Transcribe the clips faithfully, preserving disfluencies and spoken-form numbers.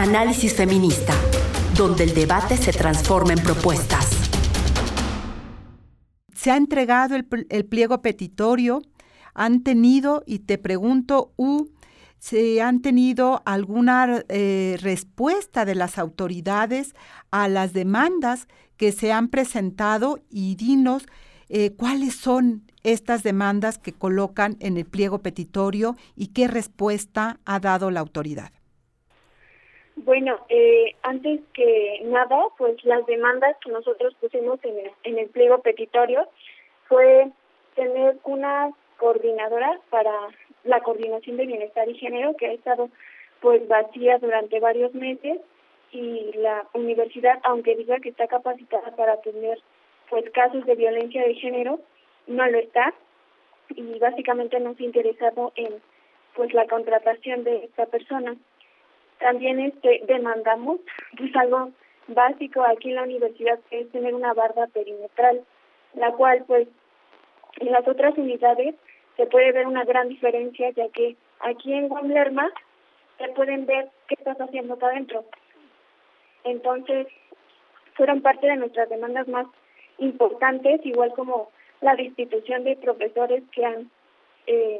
Análisis Feminista, donde el debate se transforma en propuestas. Se ha entregado el, el pliego petitorio. Han tenido, y te pregunto, U, ¿se han tenido alguna eh, respuesta de las autoridades a las demandas que se han presentado? Y dinos eh, cuáles son estas demandas que colocan en el pliego petitorio y qué respuesta ha dado la autoridad. Bueno, eh, antes que nada, pues las demandas que nosotros pusimos en el, en el pliego petitorio fue tener una coordinadora para la coordinación de bienestar y género, que ha estado pues vacía durante varios meses, y la universidad, aunque diga que está capacitada para atender pues casos de violencia de género, no lo está, y básicamente no se ha interesado en pues la contratación de esta persona. También este demandamos pues algo básico aquí en la universidad, que es tener una barda perimetral, la cual pues en las otras unidades se puede ver una gran diferencia, ya que aquí en UAM Lerma se pueden ver qué estás haciendo acá adentro. Entonces, fueron parte de nuestras demandas más importantes, igual como la destitución de profesores que han eh,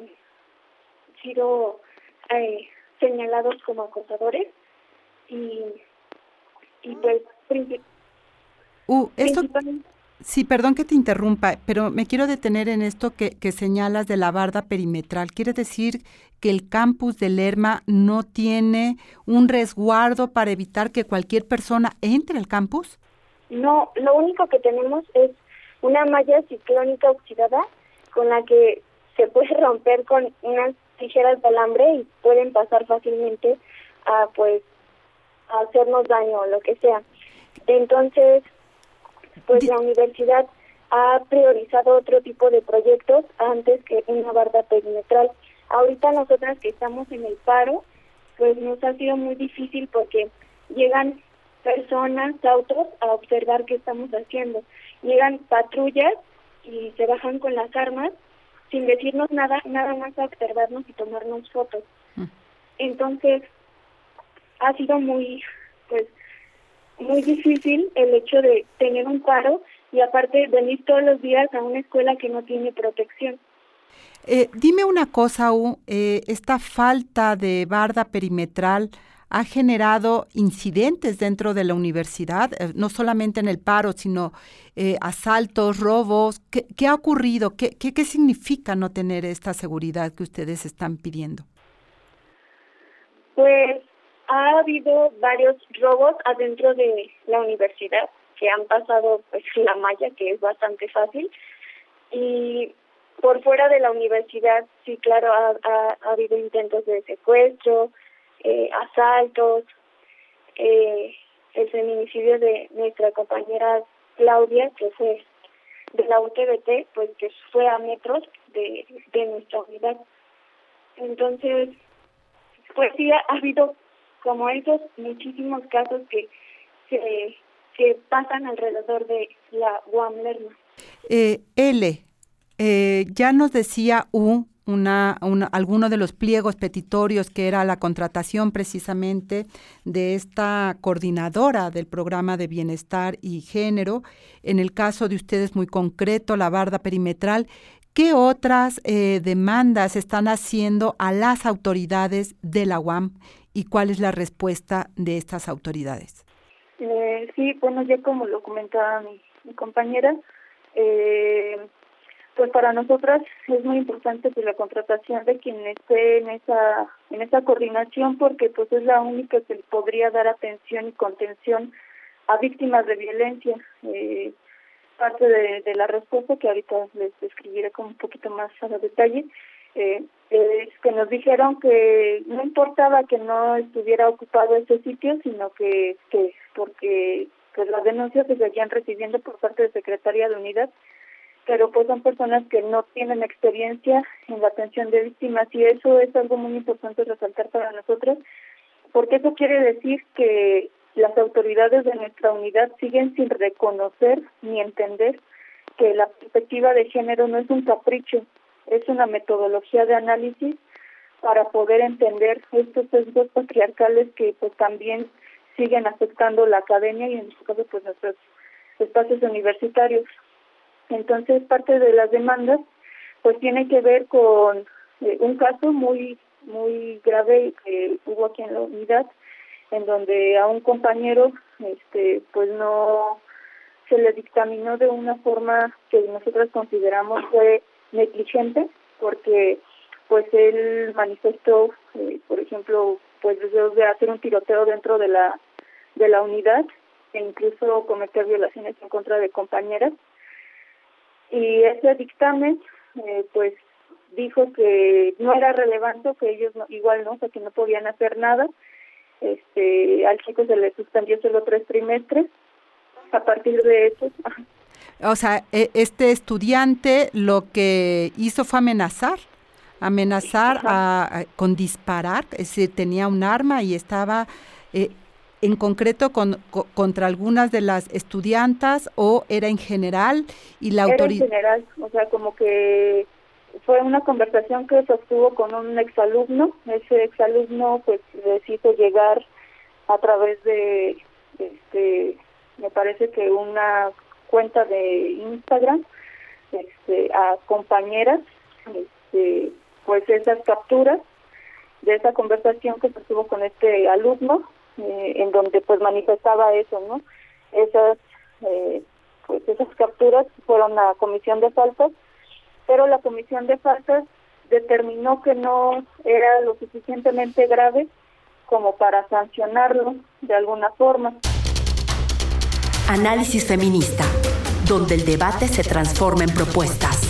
sido eh, señalados como acosadores, y, y pues princip- uh, esto... principalmente... Sí, perdón que te interrumpa, pero me quiero detener en esto que, que señalas de la barda perimetral. ¿Quiere decir que el campus de Lerma no tiene un resguardo para evitar que cualquier persona entre al campus? No, lo único que tenemos es una malla ciclónica oxidada con la que se puede romper con unas tijeras de alambre y pueden pasar fácilmente a pues a hacernos daño o lo que sea. Entonces, pues la universidad ha priorizado otro tipo de proyectos antes que una barda perimetral. Ahorita nosotras que estamos en el paro, pues nos ha sido muy difícil porque llegan personas, autos, a observar qué estamos haciendo. Llegan patrullas y se bajan con las armas sin decirnos nada, nada más a observarnos y tomarnos fotos. Entonces, ha sido muy, pues, muy difícil el hecho de tener un paro y aparte venir todos los días a una escuela que no tiene protección. Eh, dime una cosa, U, eh, esta falta de barda perimetral ha generado incidentes dentro de la universidad, eh, no solamente en el paro, sino eh, asaltos, robos. ¿Qué, qué ha ocurrido? ¿Qué, qué, ¿Qué significa no tener esta seguridad que ustedes están pidiendo? Pues ha habido varios robos adentro de la universidad que han pasado pues la malla, que es bastante fácil, y por fuera de la universidad sí, claro, ha, ha, ha habido intentos de secuestro, eh, asaltos, eh, el feminicidio de nuestra compañera Claudia, que fue de la U T B T, pues que fue a metros de, de nuestra unidad. Entonces, pues sí, ha, ha habido como esos muchísimos casos que que, que pasan alrededor de la UAM Lerma. Eh, L, eh, ya nos decía U, una, una, alguno de los pliegos petitorios que era la contratación precisamente de esta coordinadora del programa de bienestar y género. En el caso de ustedes muy concreto, la barda perimetral. ¿Qué otras eh, demandas están haciendo a las autoridades de la UAM y cuál es la respuesta de estas autoridades? Eh, sí, bueno, ya como lo comentaba mi, mi compañera, eh, pues para nosotras es muy importante pues la contratación de quien esté en esa en esa coordinación, porque pues es la única que podría dar atención y contención a víctimas de violencia. Eh, parte de, de la respuesta que ahorita les describiré con un poquito más a detalle, eh, es que nos dijeron que no importaba que no estuviera ocupado ese sitio, sino que, que porque pues las denuncias se seguían recibiendo por parte de Secretaría de Unidad, pero pues son personas que no tienen experiencia en la atención de víctimas, y eso es algo muy importante resaltar para nosotros, porque eso quiere decir que las autoridades de nuestra unidad siguen sin reconocer ni entender que la perspectiva de género no es un capricho, es una metodología de análisis para poder entender estos sesgos patriarcales que pues también siguen afectando la academia y en este caso pues nuestros espacios universitarios. Entonces parte de las demandas pues tiene que ver con eh, un caso muy muy grave que hubo aquí en la unidad, en donde a un compañero este pues no se le dictaminó de una forma que nosotros consideramos fue negligente, porque pues él manifestó, eh, por ejemplo, pues de hacer un tiroteo dentro de la de la unidad e incluso cometer violaciones en contra de compañeras. Y ese dictamen, eh, pues dijo que no era relevante, que ellos no, igual no, o sea, que no podían hacer nada. Este, al chico se le suspendió solo tres trimestres. A partir de eso. O sea, este estudiante lo que hizo fue amenazar, amenazar a, a, con disparar, es decir, tenía un arma y estaba eh, en concreto con, con, contra algunas de las estudiantas, o era en general y la autoridad. Era en general, o sea, como que fue una conversación que sostuvo con un exalumno. Ese exalumno pues les hizo llegar a través de este me parece que una cuenta de Instagram este a compañeras este pues esas capturas de esa conversación que se tuvo con este alumno, eh, en donde pues manifestaba eso, ¿no? Esas eh, pues esas capturas fueron a comisión de faltas, pero la comisión de faltas determinó que no era lo suficientemente grave como para sancionarlo de alguna forma. Análisis feminista, donde el debate se transforma en propuestas.